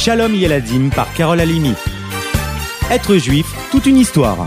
Shalom Yeladim par Carole Halimi. Être juif, toute une histoire.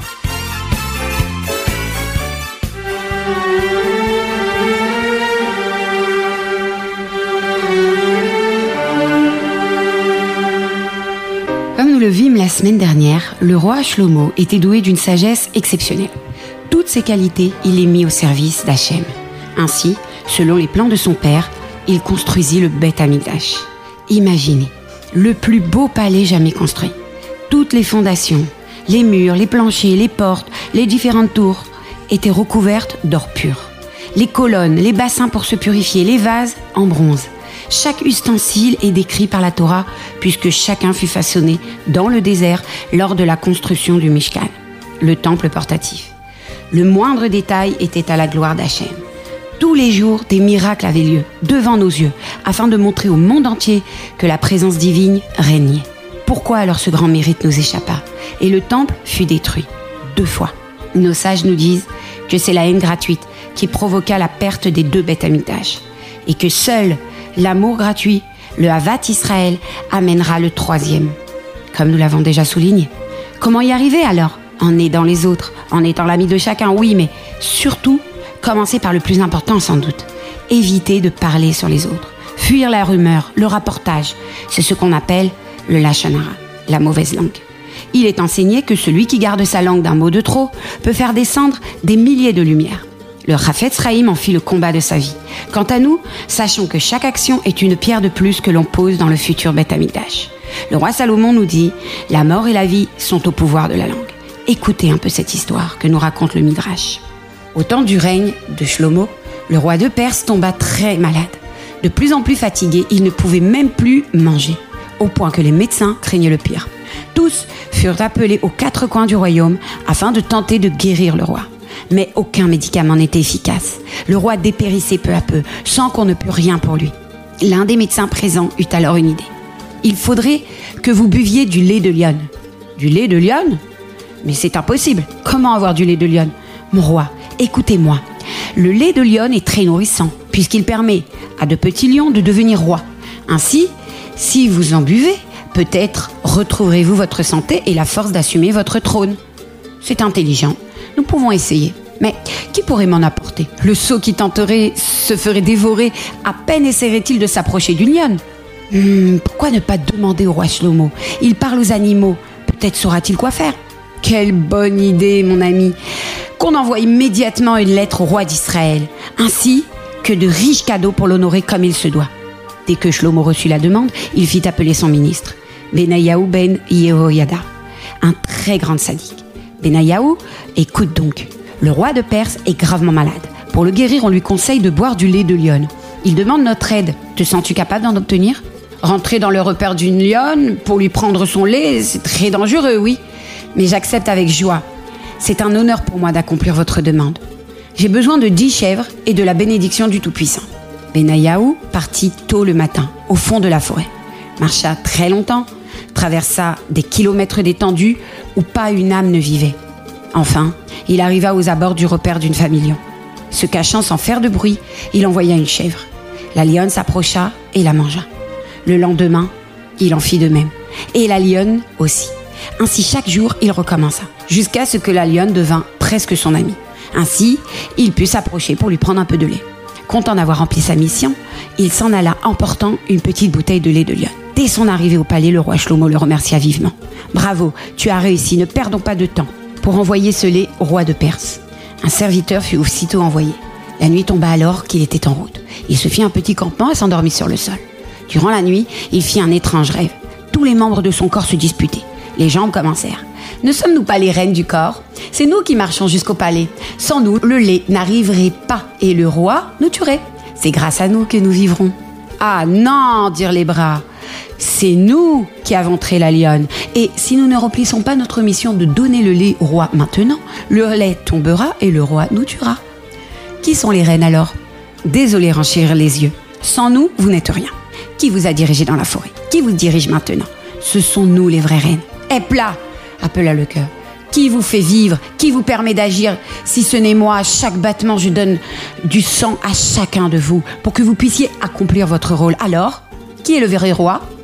Comme nous le vîmes la semaine dernière, le roi Shlomo était doué d'une sagesse exceptionnelle. Toutes ses qualités, il les mit au service d'Hachem. Ainsi, selon les plans de son père, il construisit le Beth Amikdash. Imaginez, le plus beau palais jamais construit. Toutes les fondations, les murs, les planchers, les portes, les différentes tours étaient recouvertes d'or pur. Les colonnes, les bassins pour se purifier, les vases en bronze. Chaque ustensile est décrit par la Torah puisque chacun fut façonné dans le désert lors de la construction du Mishkan, le temple portatif. Le moindre détail était à la gloire d'Hachem. Tous les jours, des miracles avaient lieu devant nos yeux afin de montrer au monde entier que la présence divine régnait. Pourquoi alors ce grand mérite nous échappa et le temple fut détruit 2 fois? Nos sages nous disent que c'est la haine gratuite qui provoqua la perte des 2 Beth Amikdash et que seul l'amour gratuit, le Havat Israël, amènera le 3e. Comme nous l'avons déjà souligné. Comment y arriver alors? En aidant les autres, en étant l'ami de chacun, oui, mais surtout, commencer par le plus important sans doute. Éviter de parler sur les autres. Fuir la rumeur, le rapportage. C'est ce qu'on appelle le lashon hara, la mauvaise langue. Il est enseigné que celui qui garde sa langue d'un mot de trop peut faire descendre des milliers de lumières. Le Chafetz Chaim en fit le combat de sa vie. Quant à nous, sachons que chaque action est une pierre de plus que l'on pose dans le futur Beth Amikdash. Le roi Salomon nous dit « La mort et la vie sont au pouvoir de la langue ». Écoutez un peu cette histoire que nous raconte le Midrash. Au temps du règne de Shlomo, le roi de Perse tomba très malade. De plus en plus fatigué, il ne pouvait même plus manger, au point que les médecins craignaient le pire. Tous furent appelés aux 4 coins du royaume afin de tenter de guérir le roi. Mais aucun médicament n'était efficace. Le roi dépérissait peu à peu, sans qu'on ne pût rien pour lui. L'un des médecins présents eut alors une idée. « Il faudrait que vous buviez du lait de lionne. »« Du lait de lionne ? Mais c'est impossible. Comment avoir du lait de lionne ? Mon roi, écoutez-moi. Le lait de lionne est très nourrissant, puisqu'il permet à de petits lions de devenir rois. Ainsi, si vous en buvez, peut-être retrouverez-vous votre santé et la force d'assumer votre trône. C'est intelligent. Nous pouvons essayer. Mais qui pourrait m'en apporter ? Le sot qui tenterait se ferait dévorer. À peine essaierait-il de s'approcher d'une lionne. Pourquoi ne pas demander au roi Shlomo ? Il parle aux animaux. Peut-être saura-t-il quoi faire. Quelle bonne idée, mon ami. Qu'on envoie immédiatement une lettre au roi d'Israël, ainsi que de riches cadeaux pour l'honorer comme il se doit. Dès que Shlomo reçut la demande, il fit appeler son ministre, Benayahu ben Yehoyada, un très grand sadique. Benayahu, écoute donc, le roi de Perse est gravement malade. Pour le guérir, on lui conseille de boire du lait de lionne. Il demande notre aide. Te sens-tu capable d'en obtenir ? Rentrer dans le repère d'une lionne pour lui prendre son lait, c'est très dangereux, oui. Mais j'accepte avec joie. C'est un honneur pour moi d'accomplir votre demande. J'ai besoin de 10 chèvres et de la bénédiction du Tout-Puissant. Benayahu partit tôt le matin, au fond de la forêt. Marcha très longtemps, traversa des kilomètres d'étendue où pas une âme ne vivait. Enfin, il arriva aux abords du repère d'une famille lion. Se cachant sans faire de bruit, il envoya une chèvre. La lionne s'approcha et la mangea. Le lendemain, il en fit de même. Et la lionne aussi. Ainsi, chaque jour, il recommença, jusqu'à ce que la lionne devint presque son amie. Ainsi, il put s'approcher pour lui prendre un peu de lait. Content d'avoir rempli sa mission, il s'en alla emportant une petite bouteille de lait de lionne. Dès son arrivée au palais, le roi Shlomo le remercia vivement. « Bravo, tu as réussi, ne perdons pas de temps pour envoyer ce lait au roi de Perse. » Un serviteur fut aussitôt envoyé. La nuit tomba alors qu'il était en route. Il se fit un petit campement et s'endormit sur le sol. Durant la nuit, il fit un étrange rêve. Tous les membres de son corps se disputaient. Les jambes commencèrent. « Ne sommes-nous pas les reines du corps ? C'est nous qui marchons jusqu'au palais. Sans nous, le lait n'arriverait pas et le roi nous tuerait. C'est grâce à nous que nous vivrons. »« Ah non !» dirent les bras. « C'est nous qui avons trait la lionne. Et si nous ne remplissons pas notre mission de donner le lait au roi maintenant, le lait tombera et le roi nous tuera. » Qui sont les reines alors ? Désolé, renchir les yeux. Sans nous, vous n'êtes rien. Qui vous a dirigé dans la forêt ? Qui vous dirige maintenant ? Ce sont nous les vraies reines. « Hé plat !» appela le cœur. « Qui vous fait vivre ? Qui vous permet d'agir ? Si ce n'est moi, à chaque battement, je donne du sang à chacun de vous pour que vous puissiez accomplir votre rôle. Alors, qui est le vrai roi ?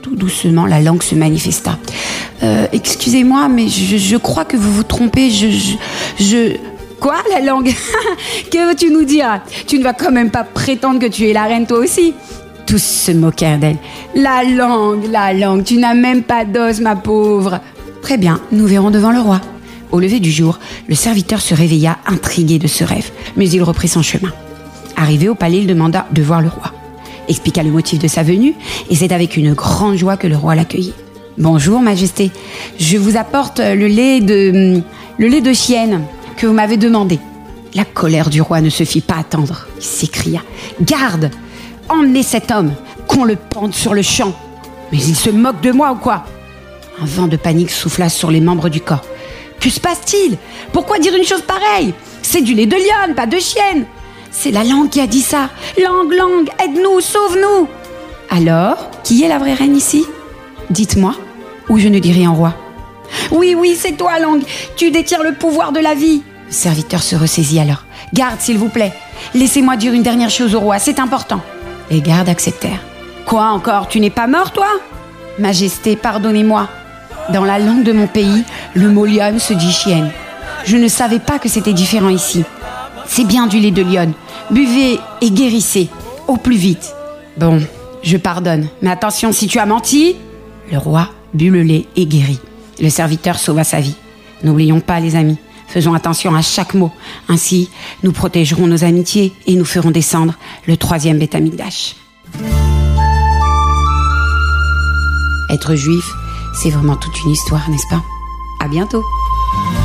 tout doucement, la langue se manifesta. Excusez-moi, mais je crois que vous vous trompez. Quoi, la langue? Que veux-tu nous dire? Tu ne vas quand même pas prétendre que tu es la reine toi aussi. Tous se moquèrent d'elle. La langue, tu n'as même pas d'os, ma pauvre. Très bien, nous verrons devant le roi. Au lever du jour, le serviteur se réveilla intrigué de ce rêve, mais il reprit son chemin. Arrivé au palais, il demanda de voir le roi, expliqua le motif de sa venue, et c'est avec une grande joie que le roi l'accueillit. « Bonjour, Majesté, je vous apporte le lait de chienne que vous m'avez demandé. » La colère du roi ne se fit pas attendre. Il s'écria « Garde! Emmenez cet homme, qu'on le pende sur le champ. Mais il se moque de moi ou quoi ?» Un vent de panique souffla sur les membres du corps. « Que se passe-t-il? Pourquoi dire une chose pareille? C'est du lait de lionne, pas de chienne. C'est la langue qui a dit ça. Langue, aide-nous, sauve-nous. » Alors, qui est la vraie reine ici? Dites-moi, ou je ne dis rien au roi. « Oui, c'est toi, langue. Tu détiens le pouvoir de la vie. » Le serviteur se ressaisit alors. « Garde, s'il vous plaît. Laissez-moi dire une dernière chose au roi, c'est important. » Les gardes acceptèrent. « Quoi encore? Tu n'es pas mort, toi? » « Majesté, pardonnez-moi. Dans la langue de mon pays, le mot lionne se dit chienne. Je ne savais pas que c'était différent ici. C'est bien du lait de lionne. Buvez et guérissez, au plus vite. » Bon, je pardonne, mais attention, si tu as menti... Le roi but le lait et guérit. Le serviteur sauva sa vie. N'oublions pas, les amis, faisons attention à chaque mot. Ainsi, nous protégerons nos amitiés et nous ferons descendre le 3e Beth Amikdash. Être juif, c'est vraiment toute une histoire, n'est-ce pas? À bientôt.